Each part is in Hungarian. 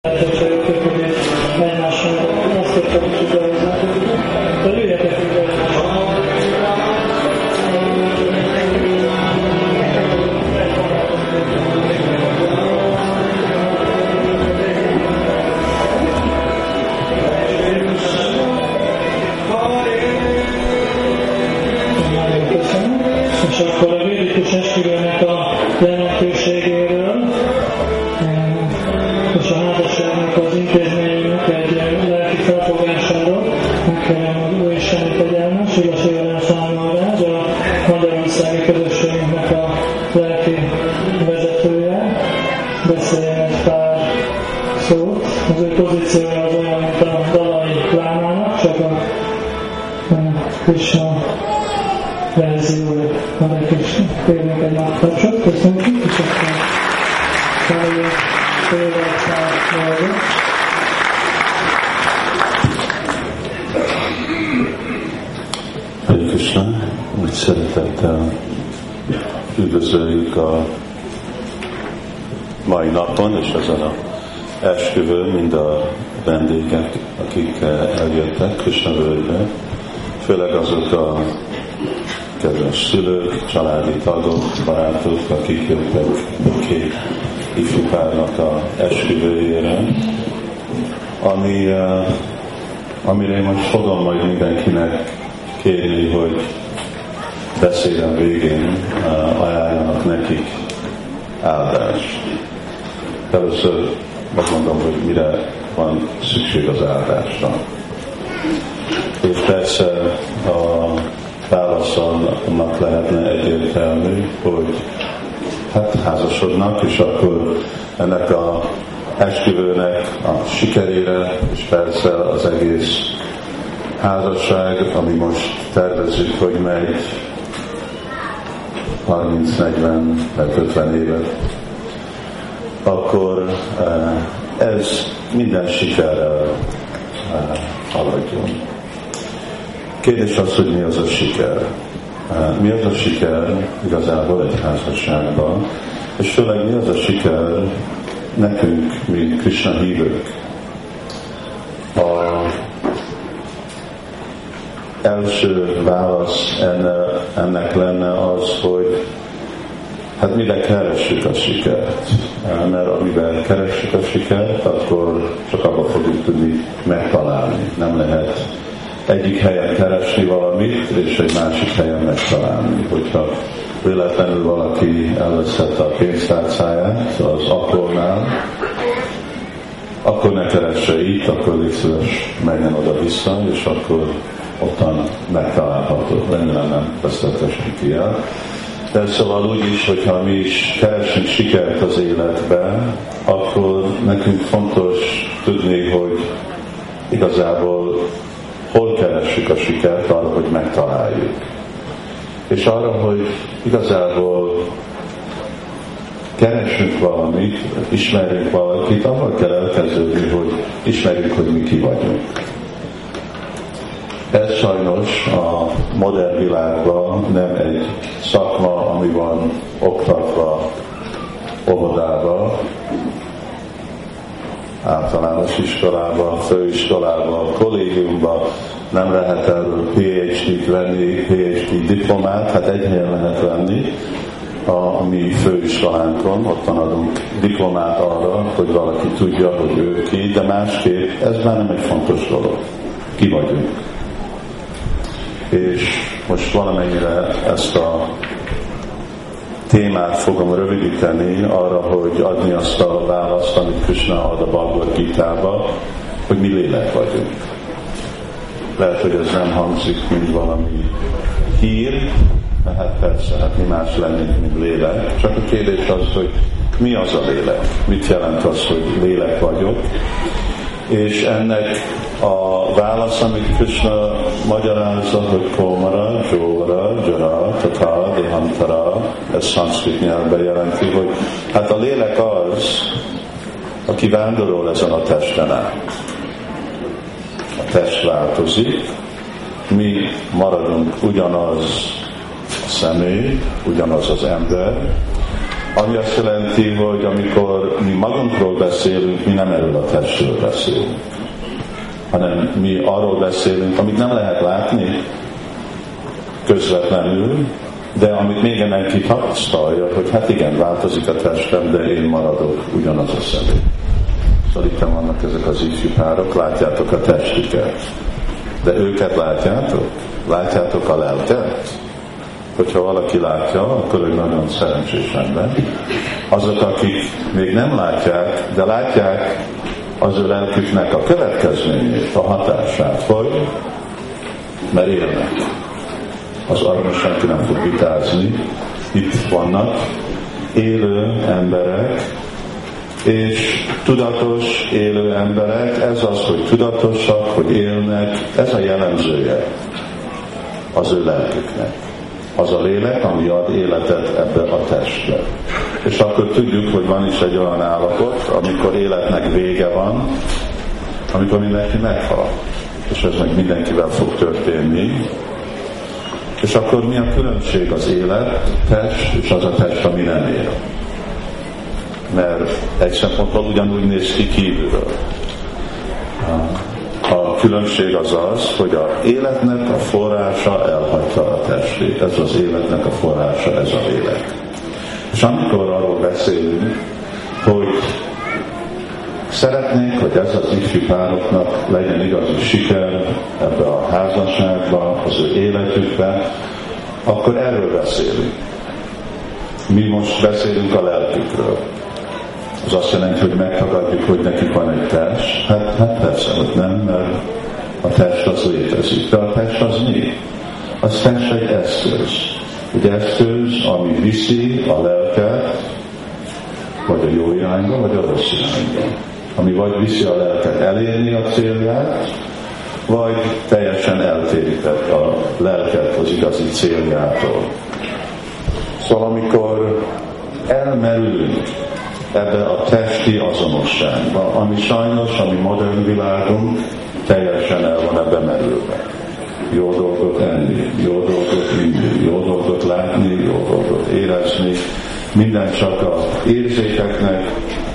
És akkor a védikus esküvőnek a jelentőségéről és a házasságnak az intézményének egy lelki felfogásáról megkérem az Úristen kegyelmes, igaz jelen számára, de a magyarországi közösségünknek a lelki vezetője beszéljen egy pár szót. Az ő pozíciója az olyan, mint a Dalai Lámának, csak a Krishna verziója. Hare Krishna. Kérjünk egy naptapsot, köszönjük, és akkor feljön tőled szállni. Hare Krishna, úgy szeretettel üdvözöljük a mai napon, és ezen az esküvőn mind a vendégek, akik eljöttek Krishna völgybe, főleg azok a kedves szülők, családi tagok, barátok, akik jöttek a két ifjú párnak a esküvőjére, amire most fogom majd mindenkinek kérni, hogy beszélem végén ajánljanak nekik áldást. Először megmondom, hogy mire van szükség az áldásra. És persze a válaszolnak lehetne egyértelmű, hogy hát házasodnak, és akkor ennek a esküvőnek a sikerére, és persze az egész házasság, ami most tervezzük, hogy megy 30-40-50 évet, akkor ez minden sikerrel haladjon. Kérdés az, hogy mi az a siker. Mi az a siker igazából egy házasságban, és főleg mi az a siker nekünk, mint Krishna hívők. Az első válasz ennek lenne az, hogy hát mire keressük a sikert. Mert amivel keressük a sikert, akkor csak abba fogjuk tudni megtalálni. Nem lehet egyik helyen keresni valamit, és egy másik helyen megtalálni. Hogyha véletlenül valaki elveszette a pénztárcáját az aprónál, akkor ne keresse itt, akkor légy szíves, menjen oda-vissza, és akkor ottan megtalálható. Remélem nem vesztettessük ki el. De szóval úgy is, hogyha mi is keresünk sikert az életben, akkor nekünk fontos tudni, hogy igazából hol keressük a sikert, arra, hogy megtaláljuk. És arra, hogy igazából keressünk valamit, ismerjünk valakit, ahol kell elkezdődni, hogy ismerjük, hogy mi ki vagyunk. Ez sajnos a modern világban nem egy szakma, ami van oktatva óvodába, általános iskolába, főiskolába, kollégiumba, nem lehet erről PhD-t venni, PhD diplomát, hát egy helyen lehet venni, a mi főiskolánkon, ottan adunk diplomát arra, hogy valaki tudja, hogy ő ki, de másképp ez már nem egy fontos dolog. Ki vagyunk. És most valamennyire ezt a témát fogom rövidíteni arra, hogy adni azt a választ, amit Krishna ad a Bhagavad Gita-ba, hogy mi lélek vagyunk. Lehet, hogy ez nem hangzik, mint valami hír, de hát persze, hát mi más lennénk, mint lélek. Csak a kérdés az, hogy mi az a lélek? Mit jelent az, hogy lélek vagyok? És ennek a válasz, amit Krishna magyarázza, hogy Komara, Jóra, Jara, Tata, Dehantara, ez szanszkrit nyelvben jelenti, hogy hát a lélek az, aki vándorol ezen a testen át. A test változik, mi maradunk ugyanaz a személy, ugyanaz az ember, Ami azt jelenti, hogy amikor mi magunkról beszélünk, mi nem erről a testről beszélünk, hanem mi arról beszélünk, amit nem lehet látni közvetlenül, de amit még mindenki tapasztalja, hogy hát igen, változik a testem, de én maradok ugyanaz a személy. Szóval itt vannak ezek az ifjú párok, látjátok a testüket, de őket látjátok? Látjátok a lelket? Hogyha valaki látja, akkor ő nagyon szerencsés ember. Azok, akik még nem látják, de látják az ő lelküknek a következményét, a hatását, hogy mert élnek. Az arra senki nem fog vitázni. Itt vannak élő emberek, és tudatos élő emberek, ez az, hogy tudatosak, hogy élnek, ez a jellemzője az ő lelküknek. Az a lélek, ami ad életet ebbe a testbe. És akkor tudjuk, hogy van is egy olyan állapot, amikor életnek vége van, amikor mindenki meghal. És ez meg mindenkivel fog történni. És akkor mi a különbség az élet, test, és az a test, ami nem él? Mert egy szempontból ugyanúgy néz ki kívülről. A különbség az az, hogy az életnek a forrása elhagyta a testét. Ez az életnek a forrása, ez a lélek. És amikor arról beszélünk, hogy szeretnénk, hogy ez az ifjú pároknak legyen igazi siker ebbe a házasságba, az ő életükben, akkor erről beszélünk. Mi most beszélünk a lelkükről. Az azt jelenti, hogy megtagadjuk, hogy nekik van egy test. Hát persze, hogy nem, mert a test az létezik. De a test az mi? Az test egy eszköz. Egy eszköz, ami viszi a lelket, vagy a jó irányba, vagy a rossz irányba. Ami vagy viszi a lelket elérni a célját, vagy teljesen eltérített a lelket az igazi céljától. Szóval amikor elmerülünk ebbe a testi azonosságba, ami sajnos, ami modern világunk teljesen el van ebbe merülve. Jó dolgot enni, jó dolgot inni, jó dolgot látni, jó dolgot érezni, minden csak az érzékeknek,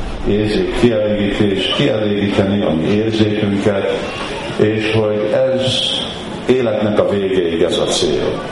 kielégíteni a mi érzékünket, és hogy ez életnek a végéig ez a cél.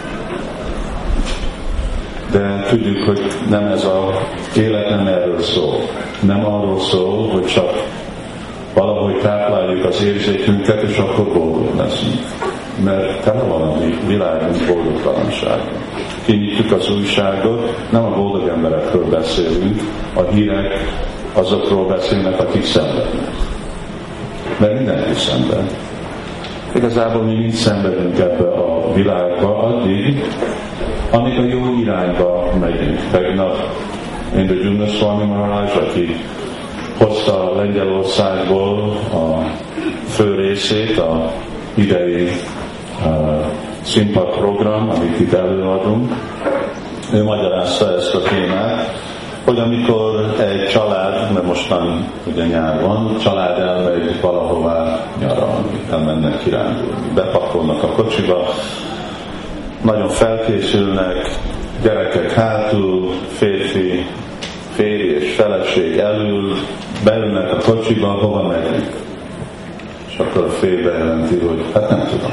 De tudjuk, hogy nem ez az élet nem erről szól. Nem arról szól, hogy csak valahogy tápláljuk az érzékünket, és akkor boldog leszünk. Mert tele van a világunk boldogtalansága. Kinyitjuk az újságot, nem a boldog emberekről beszélünk, a hírek azokról beszélnek, akik szenvednek. Mert mindenki szenved. Igazából mi mind szenvedünk ebbe a világba addig, amíg a jó irányba megyünk. Tegnap Indra Swami Maharaj, aki hozta Lengyelországból a fő részét, a idei színpad program, amit itt előadunk, ő magyarázta ezt a témát, hogy amikor egy család, mert mostan ugye nyár van, család elmegy valahová nyaralni, elmennek kirándulni, bepakolnak a kocsiba, nagyon felkészülnek, gyerekek hátul, férj és feleség elül, beülnek a kocsiba, hova megyünk? És akkor a férj bejelenti, hogy hát nem tudom.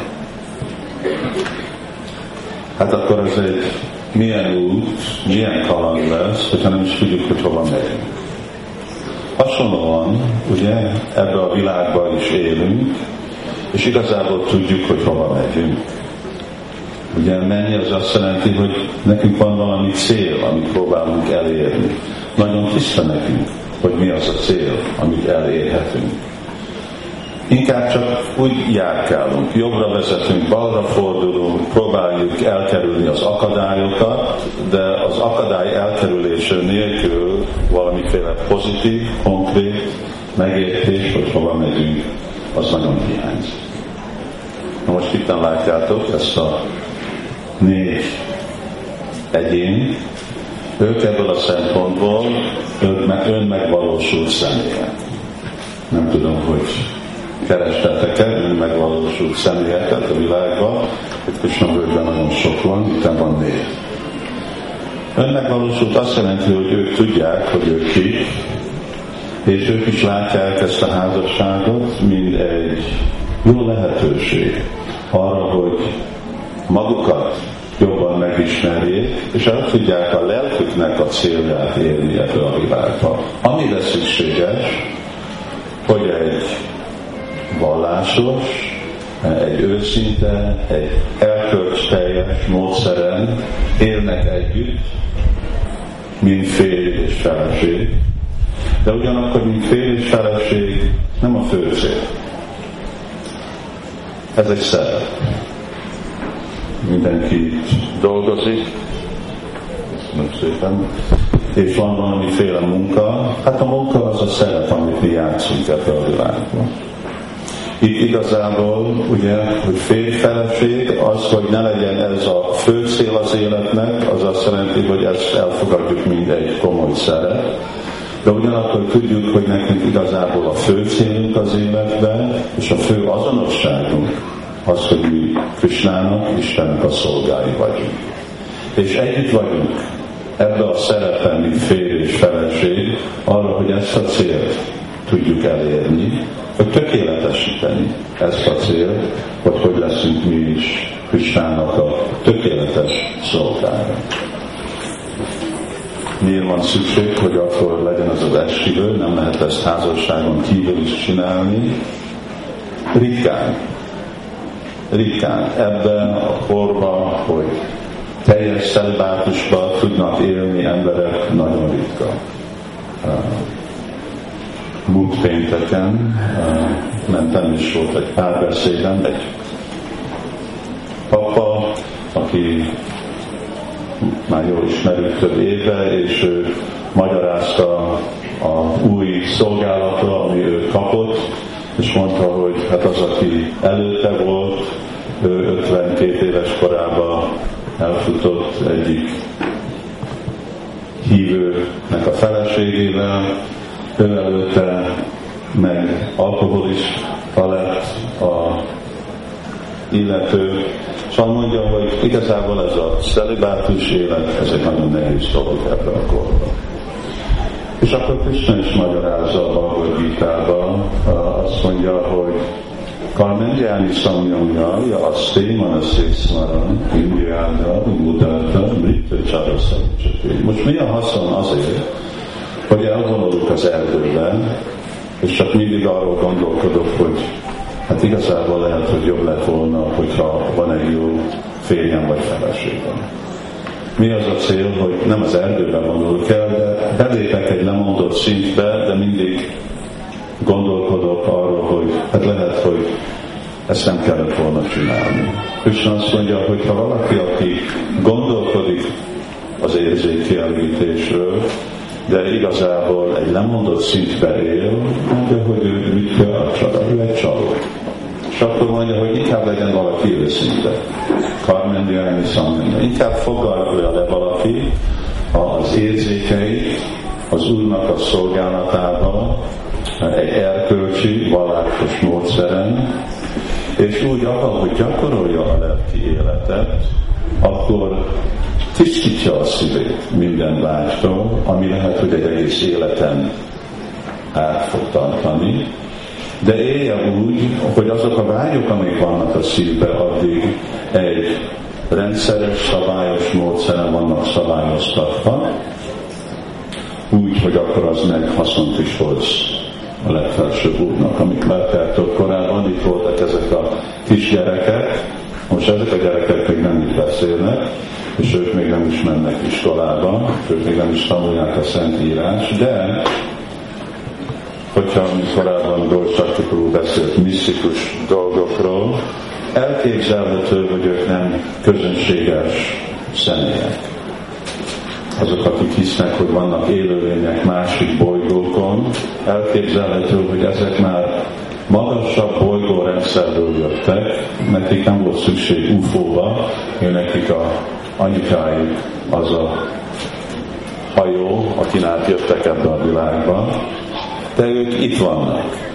Hát akkor ez egy milyen út, milyen kaland lesz, hogyha nem is tudjuk, hogy hova megyünk. Hasonlóan, ugye, ebbe a világban is élünk, és igazából tudjuk, hogy hova megyünk. Ugye menni az azt jelenti, hogy nekünk van valami cél, amit próbálunk elérni. Nagyon tiszta nekünk, hogy mi az a cél, amit elérhetünk. Inkább csak úgy járkálunk, jobbra vezetünk, balra fordulunk, próbáljuk elkerülni az akadályokat, de az akadály elkerülése nélkül valamiféle pozitív, konkrét megértés, hogy hova megyünk, az nagyon hiányzik. Na most itt látjátok ezt a 4 egyén, ők ebből a szempontból önmegvalósult személyek. Nem tudom, hogy kerestetek-e önmegvalósult személyeket a világban, itt Krisna völgyben nagyon sok van, itt van 4. Önmegvalósult azt jelenti, hogy ők tudják, hogy ők kik, és ők is látják ezt a házasságot, mint egy jó lehetőség arra, hogy magukat jobban megismerjék, és el tudják a lelküknek a célját érni ebből a világban. Amire szükséges, hogy egy vallásos, egy őszinte, egy erkölcsteljes módszeren élnek együtt, mint férj és feleség, de ugyanakkor, mint férj és feleség, nem a fő cél. Ez egy szerep. Mindenki dolgozik, köszönöm szépen, és van valamiféle munka. Hát a munka az a szerep, amit mi játszunk ebben a világban. Itt igazából, ugye, hogy férj-feleség, az, hogy ne legyen ez a fő cél az életnek, az azt jelenti, hogy ezt elfogadjuk mint egy komoly szerep, de ugyanakkor tudjuk, hogy nekünk igazából a fő célunk az életben, és a fő azonosságunk az, hogy mi Krisnának, Istennek a szolgái vagyunk. És együtt vagyunk ebben a szerepben, mint férj és feleség, arra, hogy ezt a célt tudjuk elérni, hogy tökéletesíteni ezt a célt, hogy leszünk mi is Krisnának a tökéletes szolgája. Miért van szükség, hogy akkor legyen az az esküvő, nem lehet ezt házasságon kívül is csinálni? Ritkán. Ebben a korban, hogy teljes celibátusban tudnak élni emberek, nagyon ritka. Múlt pénteken mentem, és volt egy párbeszédem, egy papa, aki már jól ismerjük több éve, és ő magyarázta a új szolgálatra, ami ő kapott, és mondta, hogy hát az, aki előtte volt, ő 52 éves korában elfutott egyik hívőnek a feleségével, ő előtte meg alkoholista lett a illető, szóval mondja, hogy igazából ez a celibátus élet, ez egy nagyon nehéz dolog ebben a korban. És akkor Krishna is magyarázza a Bhagavad Gitában, azt mondja, hogy Karmendjáni Samyamja, ja aszté, manaszé szmaran, indriáda, mudarta, mritta csaraszabcsati. Most mi a haszon azért, hogy elvonulunk az erdőben, és csak mindig arról gondolkodok, hogy hát igazából lehet, hogy jobb lett volna, hogyha van egy jó férjem vagy feleségem. Mi az a cél, hogy nem az erdőbe vonulok el, de belépek egy lemondott szintbe, de mindig gondolkodok arról, hogy hát lehet, hogy ezt nem kellett volna csinálni. Krishna azt mondja, hogy ha valaki, aki gondolkodik az érzékkielégítésről, de igazából egy lemondott szintbe él, mondja, hogy ő mit kell a csaló, ő egy csaló. És akkor mondja, hogy inkább legyen valaki őszinte. Karmendjáni Samyamja. Inkább fogadja le valaki az érzékeit az Úrnak a szolgálatába, egy erkölcsi, vallásos módszeren, és úgy ahogy gyakorolja a lelki életet, akkor tisztítja a szívét minden vágytól, ami lehet, hogy egy egész életen át fog tartani, de élje úgy, hogy azok a vágyok, amik vannak a szívbe, addig egy rendszeres, szabályos módszeren vannak szabályoztatva, úgy, hogy akkor az meg haszont is hoz a legfelsőbb Úrnak. Amit láttátok korábban, itt voltak ezek a kisgyerekek, most ezek a gyerekek még nem így beszélnek, és ők még nem is mennek iskolába, ők még nem is tanulják a Szentírás, de hogyha korábban Gócsaktikulú beszélt misztikus dolgokról, elképzelhető, hogy ők nem közönséges személyek. Azok, akik hisznek, hogy vannak élőlények másik bolygókon, elképzelhető, hogy ezek már magasabb bolygórendszerből jöttek, nekik nem volt szükség UFO-ba, nekik a anyukájuk az a hajó, akin átjöttek ebbe a világba, de ők itt vannak.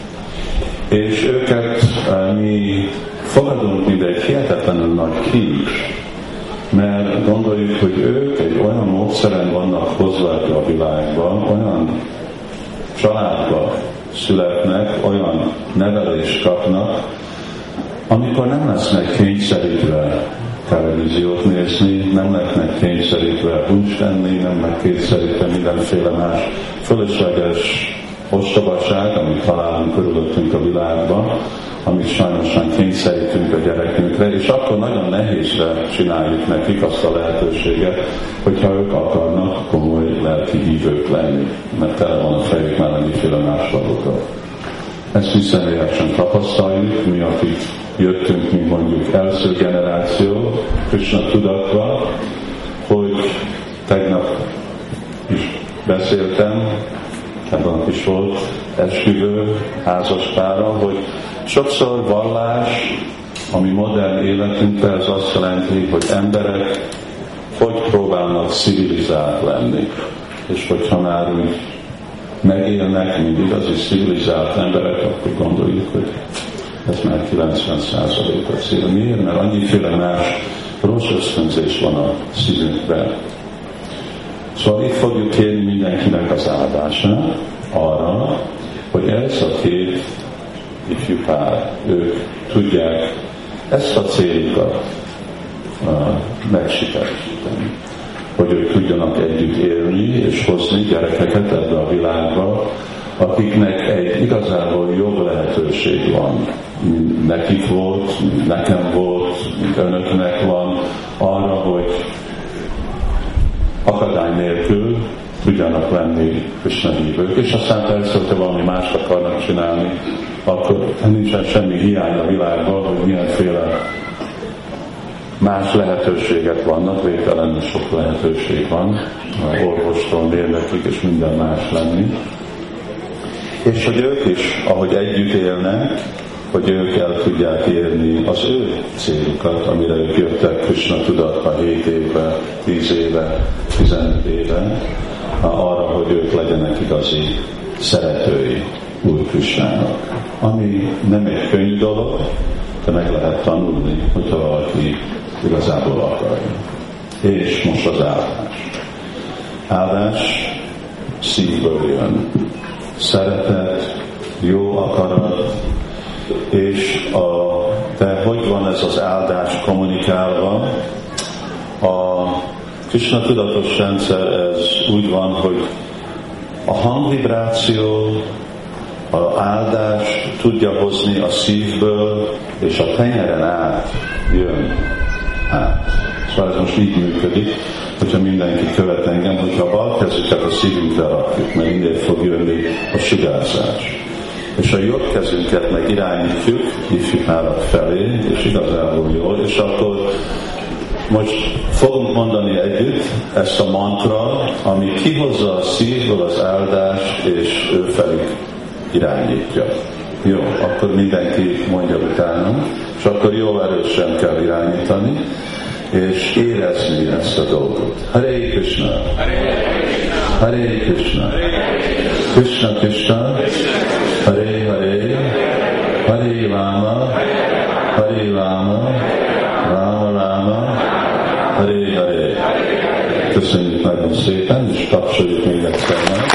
És őket mi fogadunk, mint egy hihetetlenül nagy kincs, Mert gondoljuk, hogy ők egy olyan módszeren vannak hozva a világban, olyan családba születnek, olyan nevelést kapnak, amikor nem lesznek kényszerítve televíziót nézni, nem lesznek kényszerítve húst enni, nem lesznek kényszerítve mindenféle más fölösleges ostobaság, amit találunk körülöttünk a világban, amit sajnosan kényszerítünk a gyerekünkre, és akkor nagyon nehézre csináljuk nekik azt a lehetőséget, hogyha ők akarnak komoly lelki hívők lenni, mert tele van a fejük már annyiféle más dolgokkal. Ezt mi személyesen tapasztaljuk, mi akik jöttünk, mi mondjuk első generáció, Krishna tudatva, hogy tegnap is beszéltem, ebben is volt esküvő, házaspára, hogy sokszor vallás, ami modern életünkben, ez azt jelenti, hogy emberek hogy próbálnak civilizált lenni. És hogyha már úgy megélnek, mint igazi civilizált emberek, akkor gondoljuk, hogy ez már 90%-a cél. Miért? Mert annyiféle más rossz ösztönzés van a szívünkben. Szóval itt fogjuk kérni mindenkinek az áldását arra, hogy ez a két ifjú pár, ők tudják ezt a céljukat megsikeresíteni. Hogy ők tudjanak együtt élni és hozni gyerekeket ebbe a világba, akiknek egy igazából jobb lehetőség van, mint nekik volt, mint nekem volt, mint önöknek van, arra, hogy akadály nélkül tudjanak lenni Krishna hívők, és aztán persze, hogyha valami mást akarnak csinálni, akkor nincsen semmi hiány a világban, hogy milyenféle más lehetőségek vannak, végtelenül sok lehetőség van, orvostól, mérnökig és minden más lenni. És hogy ők is, ahogy együtt élnek, hogy ők el tudják érni az ő célukat, amire ők jöttek Krishna tudatba 7 éve, 10 éve, 15 éve, arra, hogy ők legyenek igazi szeretői Úr Krishnának. Ami nem egy könnyű dolog, de meg lehet tanulni, hogyha valaki igazából akarja. És most az áldás. Áldás szívből jön. Szeretet, jó akarat, és de hogy van ez az áldás kommunikálva? A Krishna tudatos rendszer ez úgy van, hogy a hangvibráció, az áldás tudja hozni a szívből, és a tenyeren át jön át. Szóval ez most így működik, hogyha mindenki követ engem, hogyha a bal kezüket a szívünkre rakjuk, mert mindjárt fog jönni a sugárzás. És a jobb kezünket meg irányítjuk ifjúkárak felé, és igazából jól, és akkor most fogunk mondani együtt ezt a mantra, ami kihozza a szívből az áldást, és ő felük irányítja. Jó, akkor mindenki mondja utána, és akkor jó erősen kell irányítani, és érezni ezt a dolgot. Hare Krishna, Hare Krishna, Krishna Krishna, Hare Hare, Hare Rama, Hare Rama, Rama Rama, Hare Hare. Köszönjük nagyon szépen, és kapcsoljuk még egyszer meg.